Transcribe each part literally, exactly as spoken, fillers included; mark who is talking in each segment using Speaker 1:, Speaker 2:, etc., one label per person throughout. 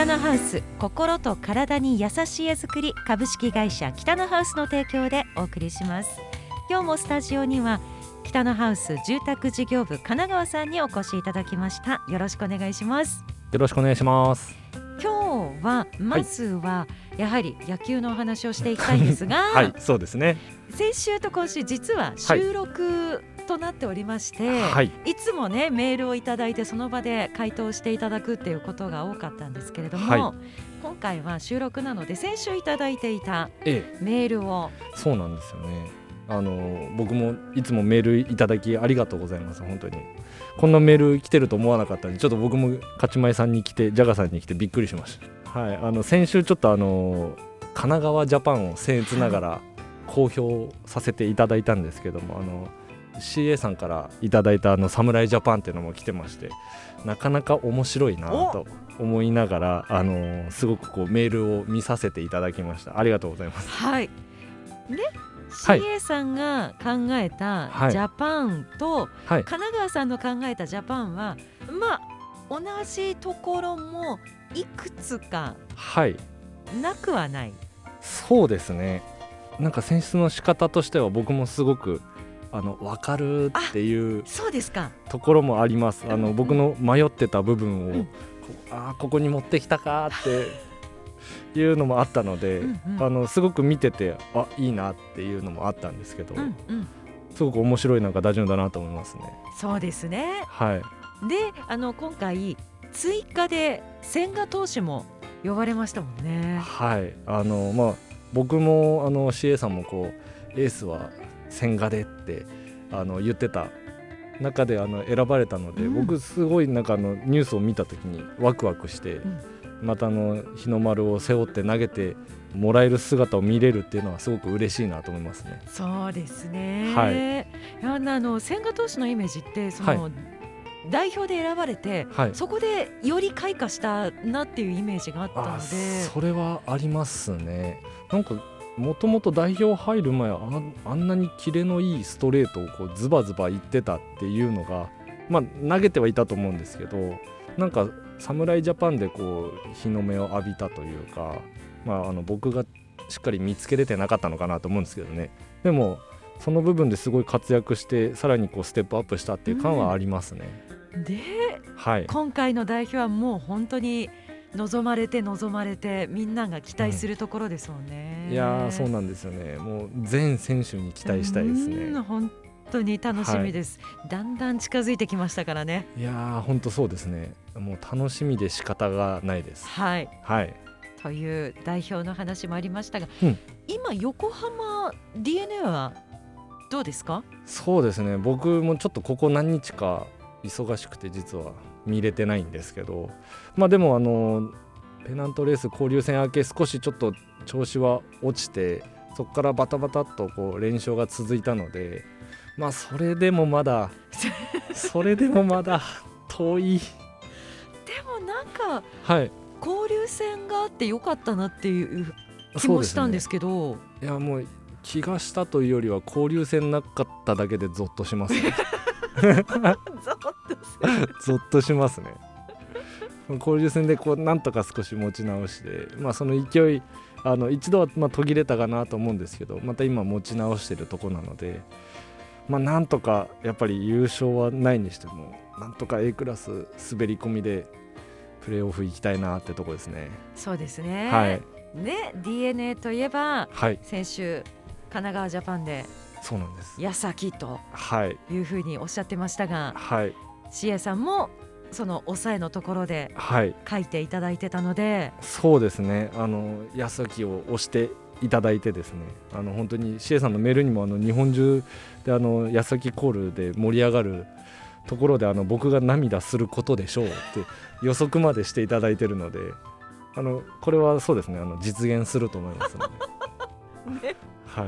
Speaker 1: 北のハウス、心と体に優しい絵作り株式会社北のハウスの提供でお送りします。今日もスタジオには北のハウス住宅事業部神奈川さんにお越しいただきました。よろしくお願いします。
Speaker 2: よろしくお願いします。
Speaker 1: 今日はまずはやはり野球のお話をしていきたいんですが、
Speaker 2: はい、そうですね。
Speaker 1: 先週と今週実は収録となっておりまして、はい、いつもねメールをいただいてその場で回答していただくっていうことが多かったんですけれども、はい、今回は収録なので先週いただいていたメールを、
Speaker 2: ええ、そうなんですよね。あの僕もいつもメールいただきありがとうございます。本当にこんなメール来てると思わなかったので、ちょっと僕も勝ち前さんに来てジャガさんに来てびっくりしました。はい、あの先週ちょっとあの神奈川ジャパンを僭越ながら公表させていただいたんですけども、あの シーエー さんからいただいたあの侍ジャパンっていうのも来てまして、なかなか面白いなと思いながらあのすごくこうメールを見させていただきました。ありがとうございます。
Speaker 1: はい。でシーエー さんが考えたジャパンと、はい、神奈川さんの考えたジャパンは、まあ同じところもいくつかなくはない、はい、
Speaker 2: そうですね。なんか選出の仕方としては僕もすごくあの分かるっていうところもあります。あの僕の迷ってた部分を、うん、あここに持ってきたかっていうのもあったので、うんうん、あのすごく見ててあいいなっていうのもあったんですけど、うんうん、すごく面白いなんか打順だなと思いますね。
Speaker 1: そうですね、
Speaker 2: はい、
Speaker 1: であの今回追加で千賀投手も呼ばれましたもんね。
Speaker 2: はい、あのまあ僕もあの シーエー さんもこうエースは千賀でってあの言ってた中であの選ばれたので、うん、僕すごいなんかあのニュースを見た時にワクワクして、うん、またあの日の丸を背負って投げてもらえる姿を見れるっていうのはすごく嬉しいなと思いますね。
Speaker 1: そうですね、
Speaker 2: はい、
Speaker 1: あの千賀投手のイメージってその、はい、代表で選ばれて、はい、そこでより開花したなっていうイメージがあったので。
Speaker 2: それはありますね。なんかもともと代表入る前 あ, あんなにキレのいいストレートをこうズバズバいってたっていうのが、まあ、投げてはいたと思うんですけど、なんか侍ジャパンでこう日の目を浴びたというか、まあ、あの僕がしっかり見つけれてなかったのかなと思うんですけどね。でもその部分ですごい活躍してさらにこうステップアップしたっていう感はありますね、
Speaker 1: うん、で、
Speaker 2: はい、
Speaker 1: 今回の代表はもう本当に望まれて望まれてみんなが期待するところですもんね、
Speaker 2: うん、いやそうなんですよね。もう全選手に期待したいですね。
Speaker 1: 本当に楽しみです、はい、だんだん近づいてきましたからね。
Speaker 2: いや本当そうですね。もう楽しみで仕方がないです。
Speaker 1: はい、
Speaker 2: はい、
Speaker 1: という代表の話もありましたが、
Speaker 2: うん、
Speaker 1: 今横浜 ディーエヌエー はどうですか？
Speaker 2: そうですね、僕もちょっとここ何日か忙しくて実は見れてないんですけど、まあでもあのペナントレース交流戦明け少しちょっと調子は落ちて、そこからバタバタっとこう連勝が続いたので、まあそれでもまだそれでもまだ遠い。で
Speaker 1: もなんか、
Speaker 2: はい、
Speaker 1: 交流戦があってよかったなっていう気もしたんですけど、
Speaker 2: ね、いやもう気がしたというよりは交流戦なかっただけでゾッとしますね。
Speaker 1: ゾッとする
Speaker 2: ゾッとしますね。交流戦でこうなんとか少し持ち直して、まあ、その勢いあの一度はまあ途切れたかなと思うんですけど、また今持ち直しているところなので、まあ、なんとかやっぱり優勝はないにしてもなんとか A クラス滑り込みでプレーオフ行きたいなってとこですね。
Speaker 1: そうですね、
Speaker 2: はい、
Speaker 1: ね ディーエヌエー といえば、
Speaker 2: はい、
Speaker 1: 先週神奈川ジャパンで
Speaker 2: そうなんです
Speaker 1: 矢崎というふうにおっしゃってましたが、
Speaker 2: はい、
Speaker 1: シエさんもその抑えのところで書いていただいてたので、
Speaker 2: はい、そうですね、あの矢崎を押していただいてですね、あの本当にシエさんのメールにもあの日本中であの矢崎コールで盛り上がるところであの僕が涙することでしょうって予測までしていただいているので、あのこれはそうですね、あの実現すると思いますので、ね、はい、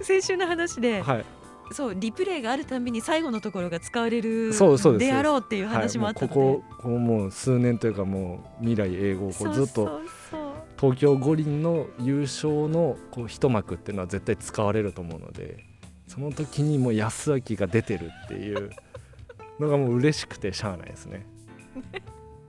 Speaker 1: 先週の話で、
Speaker 2: はい、
Speaker 1: そうリプレイがあるたびに最後のところが使われるであろうっていう話もあったので、
Speaker 2: はい、ここ、ここもう数年というかもう未来永劫こうずっと東京五輪の優勝のこう一幕っていうのは絶対使われると思うので、その時にもう安明が出てるっていうのがもう嬉しくてしゃあないですね。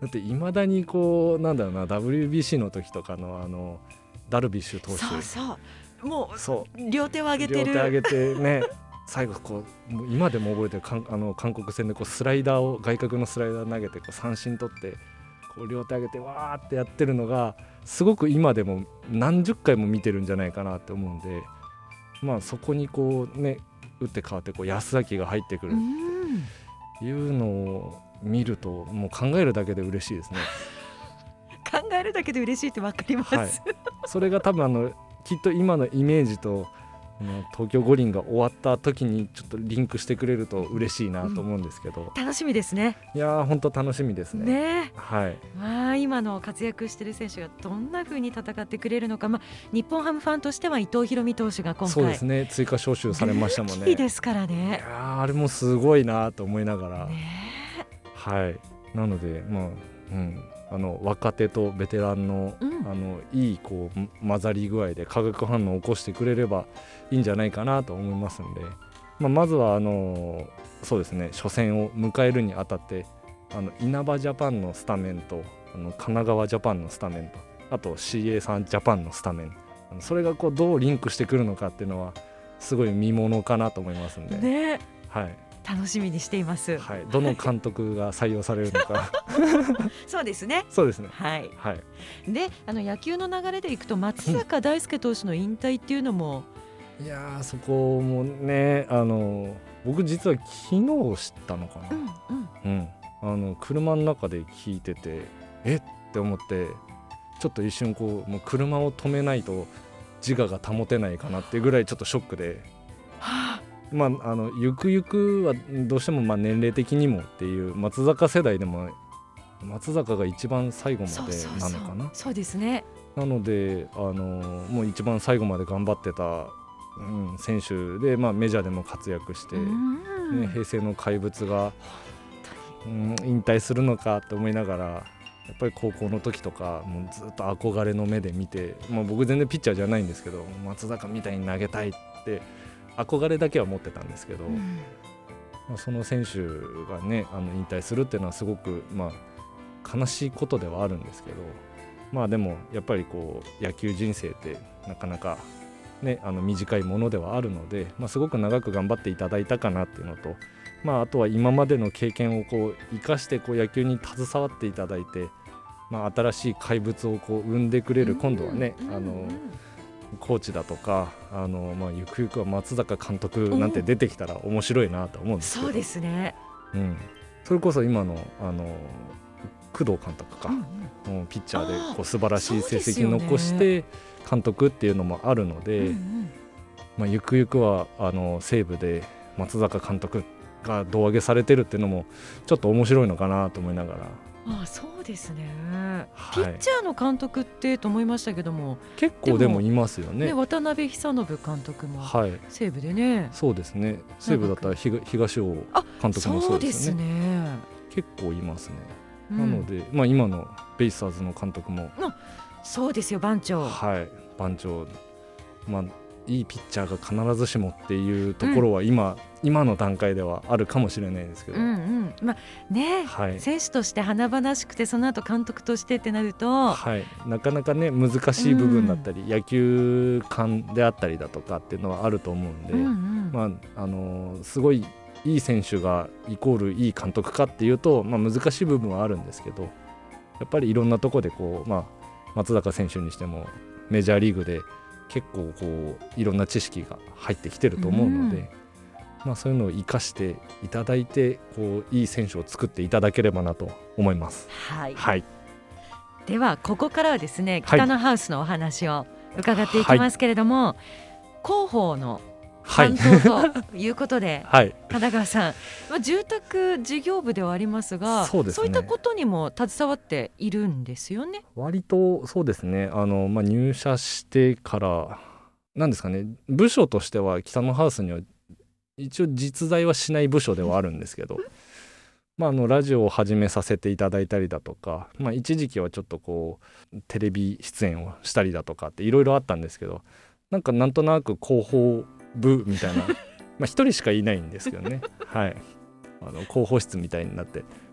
Speaker 2: だっていまだにこうなんだろうな ダブリュービーシー の時とかのあのダルビッシュ投手、
Speaker 1: そうそうもう
Speaker 2: そう
Speaker 1: 両手を上げてる
Speaker 2: 両手上げてね最後こうもう今でも覚えてるかんあの韓国戦でこうスライダーを外角のスライダー投げてこう三振取ってこう両手上げてわーってやってるのがすごく今でも何十回も見てるんじゃないかなって思うんで、まあそこにこうね打って変わってこう安崎が入ってくるっていうのを見るともう考えるだけで嬉しいですね
Speaker 1: 考えるだけで嬉しいって分かります、はい、
Speaker 2: それが多分あのきっと今のイメージと東京五輪が終わった時にちょっとリンクしてくれると嬉しいなと思うんですけど、
Speaker 1: うん、楽しみですね。
Speaker 2: いや本当楽しみですね。
Speaker 1: ね、
Speaker 2: はい、
Speaker 1: まあ、今の活躍している選手がどんな風に戦ってくれるのか、まあ、日本ハムファンとしては伊藤大海投手が今回
Speaker 2: そうですね追加招集されましたもんね。
Speaker 1: いいですからね。
Speaker 2: いやあれもすごいなと思いながら、
Speaker 1: ね、
Speaker 2: はいなのでまあうんあの若手とベテラン の,、うん、あのいいこう混ざり具合で化学反応を起こしてくれればいいんじゃないかなと思いますんで、まあ、まずはあのそうですね初戦を迎えるにあたってあの稲葉ジャパンのスタメンとあの神奈川ジャパンのスタメンとあと シーエー さんジャパンのスタメンそれがこうどうリンクしてくるのかっていうのはすごい見ものかなと思いますんで、
Speaker 1: ね、
Speaker 2: はい
Speaker 1: 楽しみにしています、
Speaker 2: はい、どの監督が採用されるのか
Speaker 1: そうですね
Speaker 2: そうですね、
Speaker 1: はい
Speaker 2: はい、
Speaker 1: であの野球の流れでいくと松坂大輔投手の引退っていうのも、
Speaker 2: うん、いやそこもねあの僕実は昨日知ったのかな、
Speaker 1: うんうん
Speaker 2: うん、あの車の中で聞いててえって思ってちょっと一瞬こうもう車を止めないと自我が保てないかなっていうぐらいちょっとショックで、
Speaker 1: はあ
Speaker 2: まあ、あのゆくゆくはどうしてもまあ年齢的にもっていう松坂世代でも松坂が一番最後までなのかな。
Speaker 1: そうそうそう、そうですね。
Speaker 2: なのであのもう一番最後まで頑張ってた、うん、選手で、まあ、メジャーでも活躍して、ね、平成の怪物が、うん、引退するのかと思いながらやっぱり高校の時とかもうずっと憧れの目で見て、まあ、僕全然ピッチャーじゃないんですけど松坂みたいに投げたいって憧れだけは持ってたんですけど、うんまあ、その選手がねあの引退するっていうのはすごく、まあ、悲しいことではあるんですけど、まあでもやっぱりこう野球人生ってなかなか、ね、あの短いものではあるので、まあ、すごく長く頑張っていただいたかなっていうのと、まあ、あとは今までの経験をこう生かしてこう野球に携わっていただいて、まあ、新しい怪物をこう生んでくれる今度はね、あのコーチだとかあの、まあ、ゆくゆくは松坂監督なんて出てきたら面白いなと思うんですけど、
Speaker 1: そうですね、
Speaker 2: うん、それこそ今の、あの工藤監督か、うんうん、ピッチャーでこう素晴らしい成績を残して監督っていうのもあるので、うんうんまあ、ゆくゆくはあの西武で松坂監督が胴上げされてるっていうのもちょっと面白いのかなと思いながら。
Speaker 1: ああそうですね、
Speaker 2: はい、
Speaker 1: ピッチャーの監督ってと思いましたけども
Speaker 2: 結構でもいますよ ね,
Speaker 1: ね渡辺久信監督も西武でね、はい、
Speaker 2: そうですね西武だったら東尾監督もそうですよ ね, ね結構いますね、うん、なので、まあ、今のベイスターズの監督も
Speaker 1: そうですよ番長
Speaker 2: はい番長まあいいピッチャーが必ずしもっていうところは 今,、うん、今の段階ではあるかもしれないですけど、
Speaker 1: うんうんまあねはい、選手として華々しくてその後監督としてってなると、
Speaker 2: はい、なかなかね難しい部分だったり、うん、野球観であったりだとかっていうのはあると思うんで、うんうんまあ、あのすごいいい選手がイコールいい監督かっていうと、まあ、難しい部分はあるんですけどやっぱりいろんなところでこう、まあ、松坂選手にしてもメジャーリーグで結構こういろんな知識が入ってきてると思うので、うんまあ、そういうのを生かしていただいてこういい選手を作っていただければなと思います、
Speaker 1: はい
Speaker 2: はい、
Speaker 1: ではここからはですね北のハウスのお話を伺っていきますけれども、はい、広報の担当ということで、はい、神奈川さん、まあ、住宅事業部ではありますが そうですね、そういったことにも携わっているんですよね。
Speaker 2: 割とそうですねあの、まあ、入社してからなんですかね部署としては北のハウスには一応実在はしない部署ではあるんですけどまあ、あのラジオを始めさせていただいたりだとか、まあ、一時期はちょっとこうテレビ出演をしたりだとかっていろいろあったんですけどなんかなんとなく広報部みたいなまあ一人しかいないんですけどねはいあの広報室みたいになって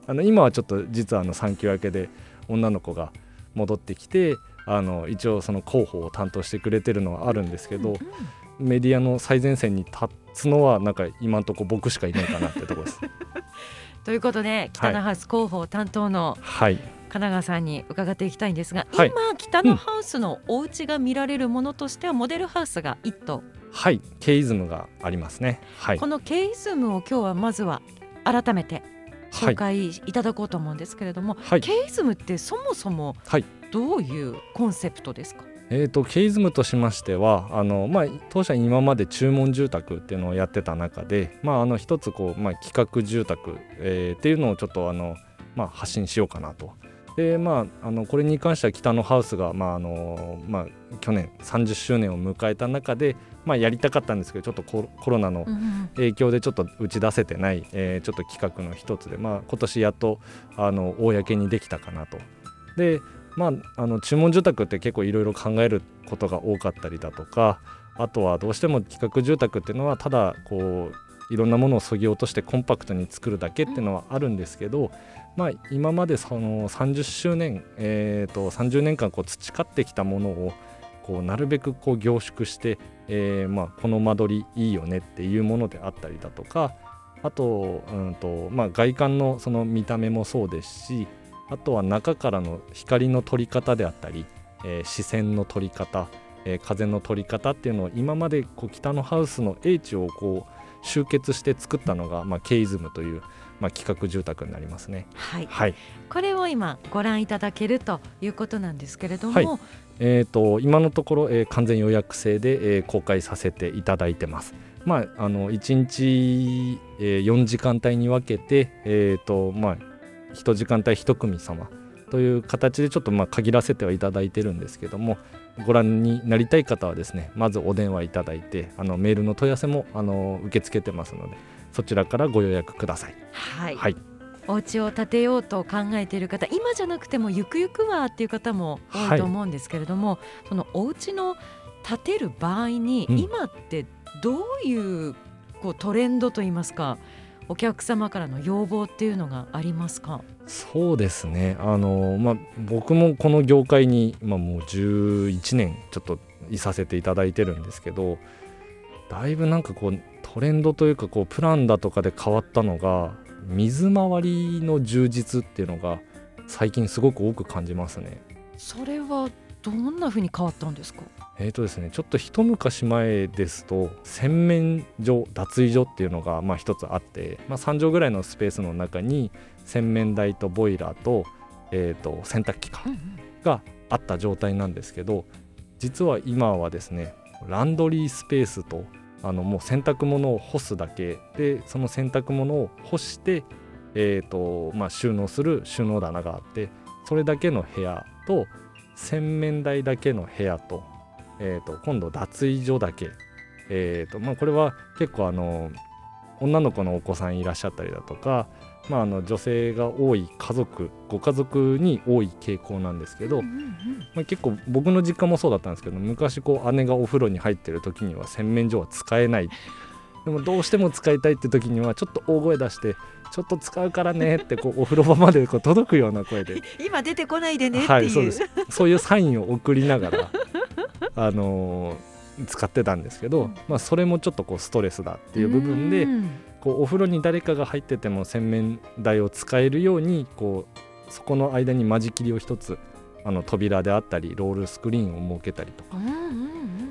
Speaker 2: あの今はちょっと実はあの産休明けで女の子が戻ってきて、あの一応その広報を担当してくれてるのはあるんですけど、うんうん、メディアの最前線に立つのはなんか今のところ僕しかいないかなってところです
Speaker 1: ということで北のハウス広報担当の、はい、金川さんに伺っていきたいんですが、はい、今北のハウスのお家が見られるものとしては、うん、モデルハウスがいっ棟、
Speaker 2: はい、ケイズムがありますね、はい、
Speaker 1: このケイズムを今日はまずは改めて紹介いただこうと思うんですけれども、はい、ケイズムってそもそもどういうコンセプトですか？
Speaker 2: えーと、ケイズムとしましてはあの、まあ、当社今まで注文住宅っていうのをやってた中で、まあ、あの一つこう、まあ、企画住宅、えー、っていうのをちょっとあの、まあ、発信しようかなと。で、まあ、あのこれに関しては北のハウスが、まああのまあ、去年さんじゅっしゅうねんを迎えた中で、まあ、やりたかったんですけどちょっと コ, コロナの影響でちょっと打ち出せてない、えー、ちょっと企画の一つで、まあ、今年やっとあの公にできたかなと。でまあ、あの注文住宅って結構いろいろ考えることが多かったりだとか、あとはどうしても企画住宅っていうのはただこういろんなものをそぎ落としてコンパクトに作るだけっていうのはあるんですけど、まあ、今までそのさんじゅっしゅうねん、えー、とさんじゅうねんかんこう培ってきたものをこうなるべくこう凝縮して、えーまあ、この間取りいいよねっていうものであったりだとか、あと、うんとまあ、外観のその見た目もそうですし、あとは中からの光の取り方であったり、えー、視線の取り方、えー、風の取り方っていうのを今までこう北のハウスの英知をこう集結して作ったのが、まあ、ケイズムという、まあ、企画住宅になりますね、
Speaker 1: はいはい、これを今ご覧いただけるということなんですけれども、
Speaker 2: はい、えー、と今のところ、えー、完全予約制で、えー、公開させていただいてます。まあ、あのいちにち、えー、よんじかん帯に分けて、えーとまあいち時間帯いち組様という形でちょっとまあ限らせてはいただいてるんですけども、ご覧になりたい方はですね、まずお電話いただいて、あのメールの問い合わせもあの受け付けてますので、そちらからご予約ください。
Speaker 1: はい、はい、お家を建てようと考えている方、今じゃなくてもゆくゆくはっていう方も多いと思うんですけれども、はい、そのお家の建てる場合に、うん、今ってどういう、こうトレンドといいますか、お客様からの要望っていうのがありますか？
Speaker 2: そうですね、あの、まあ、僕もこの業界に、まあ、もうじゅういちねんちょっといさせていただいてるんですけど、だいぶなんかこうトレンドというかこうプランだとかで変わったのが、水回りの充実っていうのが最近すごく多く感じますね。
Speaker 1: それはどんな風に変わったんですか？
Speaker 2: えーとですね、ちょっと一昔前ですと洗面所、脱衣所っていうのがまあ一つあって、まあ、さん畳ぐらいのスペースの中に洗面台とボイラーと、えーと洗濯機かがあった状態なんですけど、実は今はですね、ランドリースペースと、あのもう洗濯物を干すだけで、その洗濯物を干して、えーとまあ、収納する収納棚があって、それだけの部屋と洗面台だけの部屋と、えー、と今度脱衣所だけ、えーとまあ、これは結構あの女の子のお子さんいらっしゃったりだとか、まあ、あの女性が多い家族ご家族に多い傾向なんですけど、うんうんうん、まあ、結構僕の実家もそうだったんですけど、昔こう姉がお風呂に入ってる時には洗面所は使えない、でもどうしても使いたいって時にはちょっと大声出して、ちょっと使うからねってこうお風呂場までこう届くような声で
Speaker 1: 今出てこないでねっていう、はい、
Speaker 2: そうです、そういうサインを送りながらあのー、使ってたんですけど、うん、まあ、それもちょっとこうストレスだっていう部分で、こうお風呂に誰かが入ってても洗面台を使えるように、こうそこの間に間仕切りを一つ、あの扉であったりロールスクリーンを設けたりとか、うんうんうん、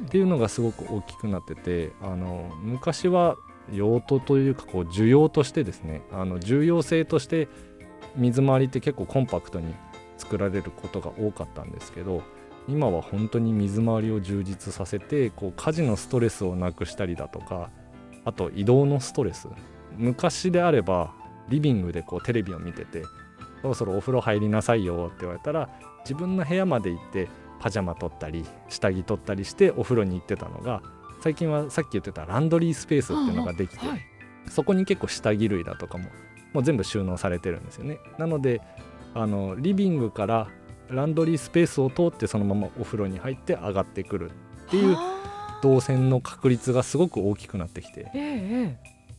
Speaker 2: っていうのがすごく大きくなってて、あの昔は用途というかこう需要としてですね、あの重要性として水回りって結構コンパクトに作られることが多かったんですけど、今は本当に水回りを充実させて、こう家事のストレスをなくしたりだとか、あと移動のストレス、昔であればリビングでこうテレビを見てて、そろそろお風呂入りなさいよって言われたら、自分の部屋まで行ってパジャマ取ったり下着取ったりしてお風呂に行ってたのが、最近はさっき言ってたランドリースペースっていうのができて、はい、そこに結構下着類だとかももう全部収納されてるんですよね。なのであのリビングからランドリースペースを通ってそのままお風呂に入って上がってくるっていう動線の確率がすごく大きくなってきて、ええ、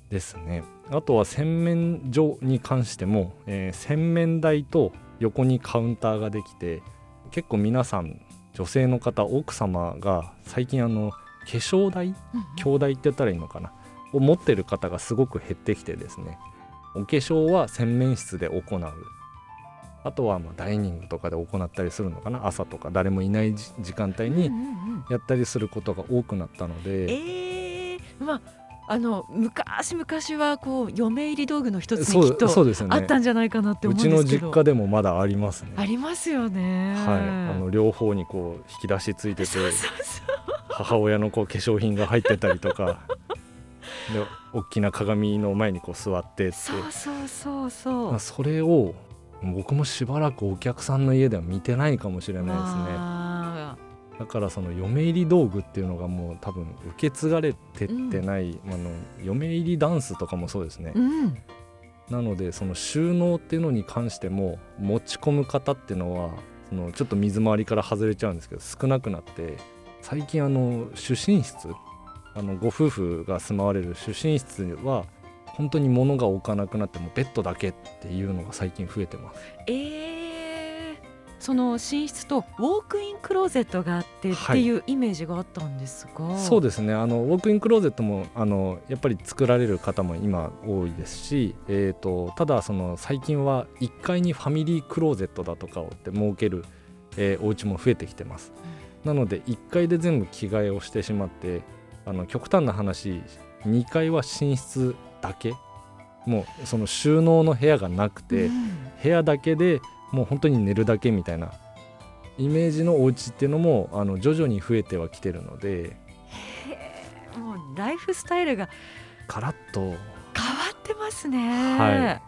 Speaker 2: ですね。あとは洗面所に関しても、えー、洗面台と横にカウンターができて、結構皆さん女性の方奥様が最近あの化粧台、鏡台って言ったらいいのかなを持ってる方がすごく減ってきてですね、お化粧は洗面室で行う、あとはまあダイニングとかで行ったりするのかな、朝とか誰もいない時間帯にやったりすることが多くなったので、うんうんうん、
Speaker 1: えー、まああの昔々はこう嫁入り道具の一つにきっとあったんじゃないかなって思うんですけど、う
Speaker 2: ちの実家でもまだありますね。
Speaker 1: ありますよね、
Speaker 2: はい、あの両方にこう引き出しついてて、
Speaker 1: そうそうそう、
Speaker 2: 母親のこう化粧品が入ってたりとかで大きな鏡の前にこう座ってって、
Speaker 1: そうそうそうそう、
Speaker 2: それを僕もしばらくお客さんの家では見てないかもしれないですね。だからその嫁入り道具っていうのがもう多分受け継がれてってない、うん、あの嫁入りダンスとかもそうですね、うん、なのでその収納っていうのに関しても持ち込む方っていうのはそのちょっと水回りから外れちゃうんですけど少なくなって、最近あの主寝室、あのご夫婦が住まわれる主寝室は本当に物が置かなくなって、もうベッドだけっていうのが最近増えてます。
Speaker 1: えーその寝室とウォークインクローゼットがあってっていうイメージがあったんですが、
Speaker 2: はい、そうですね、あのウォークインクローゼットもあのやっぱり作られる方も今多いですし、えーと、ただその最近はいっかいにファミリークローゼットだとかをって設ける、えー、お家も増えてきてます、うん、なのでいっかいで全部着替えをしてしまって、あの極端な話にかいは寝室だけ、もうその収納の部屋がなくて、うん、部屋だけでもう本当に寝るだけみたいなイメージのお家っていうのもあの徐々に増えてはきてるので、
Speaker 1: へー、もうライフスタイルが
Speaker 2: カラッと変わ
Speaker 1: ってますね。
Speaker 2: はい、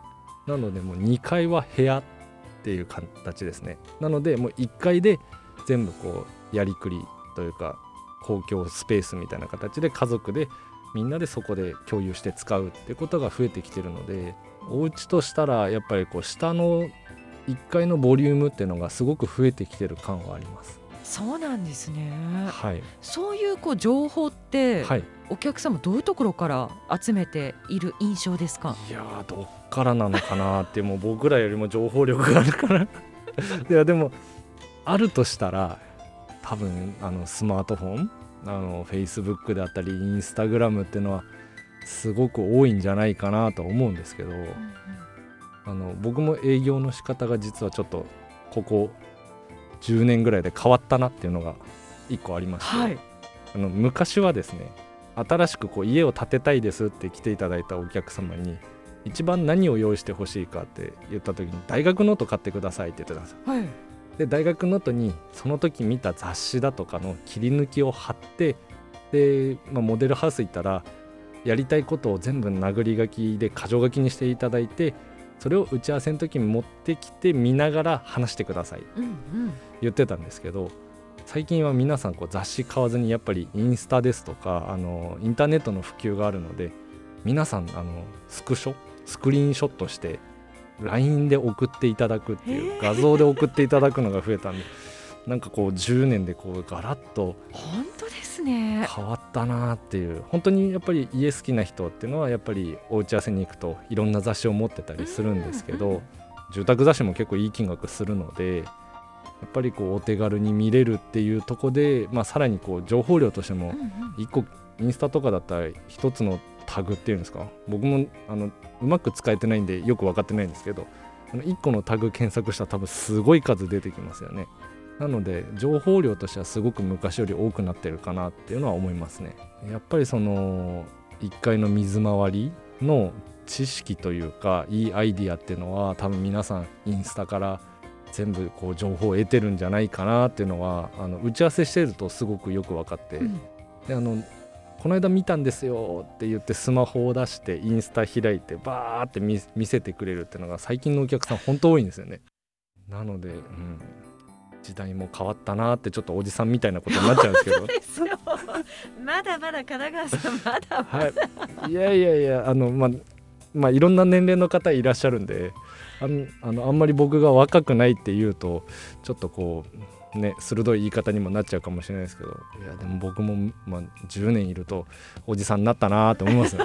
Speaker 2: なのでもうにかいは部屋っていう形ですね。なのでもういっかいで全部こうやりくりというか公共スペースみたいな形で家族でみんなでそこで共有して使うってことが増えてきてるので、お家としたらやっぱりこう下のいっかいのボリュームっていうのがすごく増えてきてる感はあります。
Speaker 1: そうなんですね、
Speaker 2: はい、
Speaker 1: そういうこう情報って、はい、お客様どういうところから集めている印象ですか？
Speaker 2: いやー、どっからなのかなってもう僕らよりも情報力があるからいやでもあるとしたら多分あのスマートフォン、あの Facebook であったり Instagram っていうのはすごく多いんじゃないかなと思うんですけど、うんうん、あの僕も営業の仕方が実はちょっとここじゅうねんぐらいで変わったなっていうのがいっこありまして、はい、あの昔はですね、新しくこう家を建てたいですって来ていただいたお客様に一番何を用意してほしいかって言った時に大学ノート買ってくださいって言ってたんですよ、はい、で大学ノートにその時見た雑誌だとかの切り抜きを貼って、で、まあ、モデルハウス行ったらやりたいことを全部殴り書きで箇条書きにしていただいて、それを打ち合わせの時に持ってきて見ながら話してくださいって言ってたんですけど、うんうん、最近は皆さんこう雑誌買わずにやっぱりインスタですとかあのインターネットの普及があるので、皆さんあのスクショスクリーンショットして ライン で送っていただくっていう画像で送っていただくのが増えたんで、なんかこうじゅうねんでこうガラッと
Speaker 1: 本当ですね
Speaker 2: 変わったなっていう。本当にやっぱり家好きな人っていうのはやっぱりお打ち合わせに行くといろんな雑誌を持ってたりするんですけど、うんうん、住宅雑誌も結構いい金額するので、やっぱりこうお手軽に見れるっていうところで、まあ、さらにこう情報量としてもいっこインスタとかだったらひとつのタグっていうんですか、僕もあのうまく使えてないんでよく分かってないんですけど、あのいっこのタグ検索したら多分すごい数出てきますよね。なので情報量としてはすごく昔より多くなってるかなっていうのは思いますね。やっぱりそのいっかいの水回りの知識というかいいアイディアっていうのは多分皆さんインスタから全部こう情報を得てるんじゃないかなっていうのはあの打ち合わせしてるとすごくよく分かって、うん、であのこの間見たんですよって言ってスマホを出してインスタ開いてバーって 見, 見せてくれるっていうのが最近のお客さん本当多いんですよね。なので、うん、時代も変わったなってちょっとおじさんみたいなことになっちゃうんですけど
Speaker 1: そうですよまだまだ神奈川さんまだまだ、
Speaker 2: はい、いやいやいやあの、まあまあ、いろんな年齢の方いらっしゃるんで あ, あ, のあんまり僕が若くないって言うとちょっとこうね鋭い言い方にもなっちゃうかもしれないですけど、いやでも僕も、まあ、じゅうねんいるとおじさんになったなって思いますね
Speaker 1: そん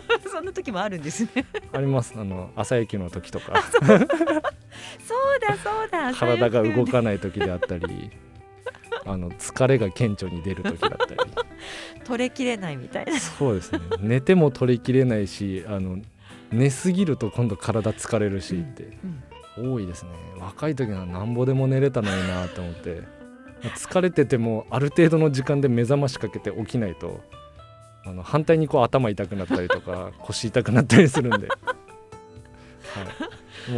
Speaker 1: の時もあるんですね。
Speaker 2: あります。あの朝雪の時とか
Speaker 1: そうそうだそうだ
Speaker 2: 体が動かない時であったりあの疲れが顕著に出る時だったり
Speaker 1: 取れきれないみたいな。
Speaker 2: そうですね、寝ても取れきれないし、あの寝すぎると今度体疲れるしって、うんうん、多いですね。若い時はなんぼでも寝れたのになと思って疲れててもある程度の時間で目覚ましかけて起きないとあの反対にこう頭痛くなったりとか腰痛くなったりするんで、はい、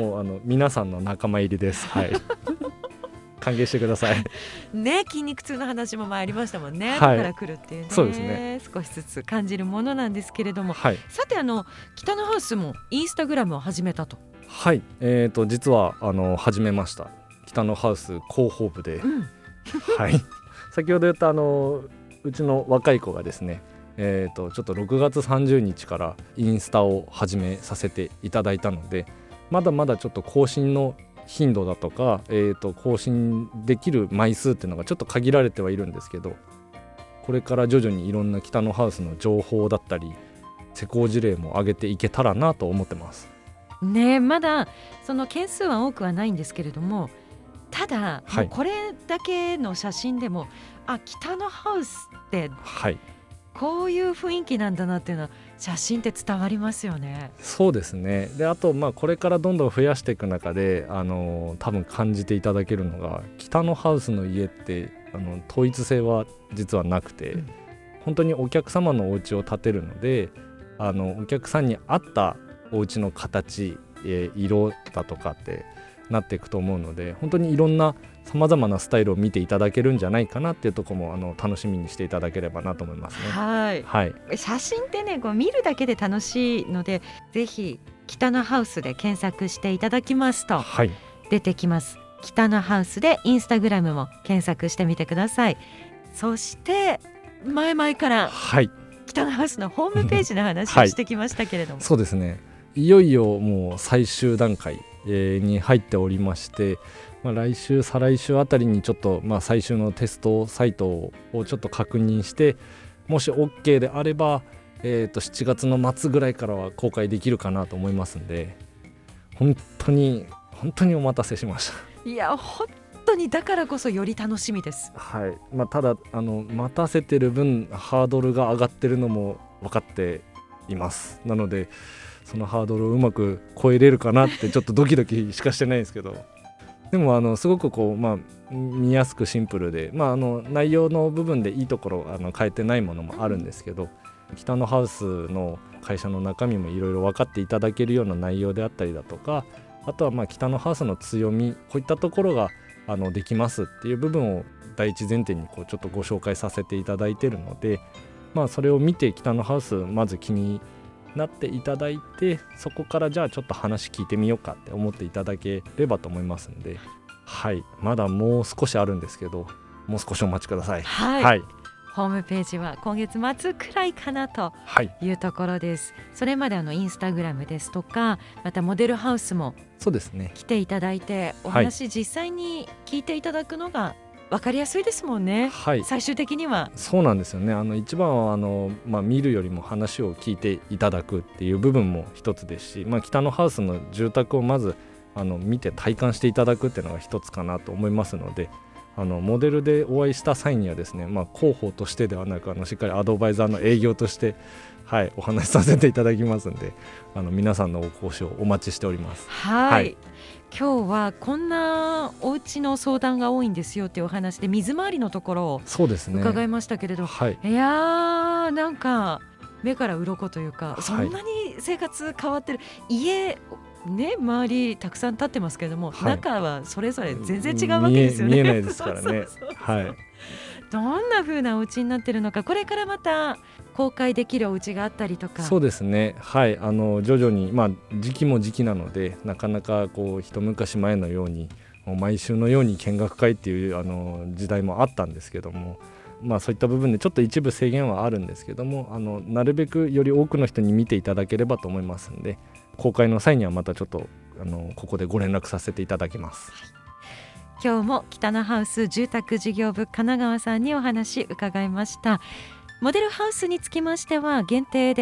Speaker 2: もうあの皆さんの仲間入りです、はい、歓迎してください
Speaker 1: ね。筋肉痛の話も前ありましたもんね、
Speaker 2: はい、
Speaker 1: だから来るっていうね。
Speaker 2: そうですね、
Speaker 1: 少しずつ感じるものなんですけれども、
Speaker 2: はい、
Speaker 1: さてあの北のハウスもインスタグラムを始めたと。
Speaker 2: はい、えーと実はあの始めました。北のハウス広報部で、うんはい、先ほど言ったあのうちの若い子がですね、えーとちょっとろくがつさんじゅうにちからインスタを始めさせていただいたので、まだまだちょっと更新の頻度だとか、えーと更新できる枚数っていうのがちょっと限られてはいるんですけど、これから徐々にいろんな北のハウスの情報だったり施工事例も上げていけたらなと思ってます
Speaker 1: ね。まだその件数は多くはないんですけれども、ただ、はい、もうこれだけの写真でもあ北のハウスってこういう雰囲気なんだなっていうのは写真って伝わりますよね。
Speaker 2: そうですね。であとまあこれからどんどん増やしていく中であの多分感じていただけるのが、北のハウスの家ってあの統一性は実はなくて、うん、本当にお客様のお家を建てるので、あのお客さんに合ったお家の形、えー、色だとかってなっていくと思うので、本当にいろんなさまざまなスタイルを見ていただけるんじゃないかなっていうところもあの楽しみにしていただければなと思いますね。
Speaker 1: はい、はい、写真ってねこう見るだけで楽しいので、ぜひ北のハウスで検索していただきますと出てきます、はい、北のハウスでインスタグラムも検索してみてください。そして前々から北のハウスのホームページの話をしてきましたけれども、はい、
Speaker 2: そうですね、いよいよもう最終段階に入っておりまして、まあ、来週再来週あたりにちょっとまあ最終のテストサイトをちょっと確認して、もし OK であれば、えーとしちがつの末ぐらいからは公開できるかなと思いますんで、本当に本当にお待たせしました。
Speaker 1: いや本当にだからこそより楽しみです。
Speaker 2: はい、まあ、ただあの待たせてる分ハードルが上がってるのも分かっています。なのでそのハードルをうまく超えれるかなってちょっとドキドキしかしてないんですけどでもあのすごくこう、まあ、見やすくシンプルで、まあ、あの内容の部分でいいところあの変えてないものもあるんですけど、北のハウスの会社の中身もいろいろ分かっていただけるような内容であったりだとか、あとはまあ北のハウスの強み、こういったところがあのできますっていう部分を第一前提にこうちょっとご紹介させていただいているので、まあ、それを見て北のハウスまず気になっていただいて、そこからじゃあちょっと話聞いてみようかって思っていただければと思いますので、はい、まだもう少しあるんですけど、もう少しお待ちください。
Speaker 1: はい、はい、ホームページは今月末くらいかなというところです、はい、それまであのインスタグラムですとか、またモデルハウスも
Speaker 2: そうですね
Speaker 1: 来ていただいて、お話実際に聞いていただくのが分かりやすいですもんね、はい、最終的には。
Speaker 2: そうなんですよね。あの一番はあの、まあ、見るよりも話を聞いていただくっていう部分も一つですし、まあ、北のハウスの住宅をまずあの見て体感していただくっていうのが一つかなと思いますので、あのモデルでお会いした際にはですね、まあ、広報としてではなくあのしっかりアドバイザーの営業として、はい、お話しさせていただきますので、あの皆さんのお越しをお待ちしております。
Speaker 1: はい、はい、今日はこんなお家の相談が多いんですよっていうお話で水回りのところを伺いましたけれど、
Speaker 2: はい、
Speaker 1: いやーなんか目から鱗というか、はい、そんなに生活変わってる家ね、周りたくさん建ってますけれども、はい、中はそれぞれ全然違うわけですよね。
Speaker 2: 見え、見えないですからね。はい、
Speaker 1: どんな風なお家になってるのか、これからまた公開できるお家があったりとか。
Speaker 2: そうですね、はい、あの徐々に、まあ、時期も時期なのでなかなかこう一昔前のようにもう毎週のように見学会っていうあの時代もあったんですけども、まあ、そういった部分でちょっと一部制限はあるんですけども、あのなるべくより多くの人に見ていただければと思いますので、公開の際にはまたちょっとあのここでご連絡させていただきます。
Speaker 1: 今日も北のハウス住宅事業部神奈川さんにお話伺いました。モデルハウスにつきましては限定で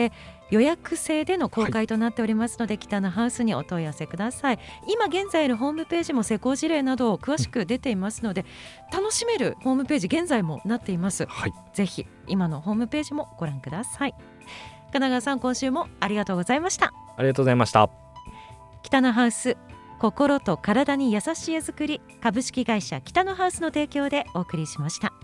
Speaker 1: 予約制での公開となっておりますので、はい、北のハウスにお問い合わせください。今現在のホームページも施工事例などを詳しく出ていますので、うん、楽しめるホームページ現在もなっています、はい、ぜひ今のホームページもご覧ください。神奈川さん、今週もありがとうございました。
Speaker 2: ありがとうございました。
Speaker 1: 北のハウス、心と体に優しい絵作り、株式会社北のハウスの提供でお送りしました。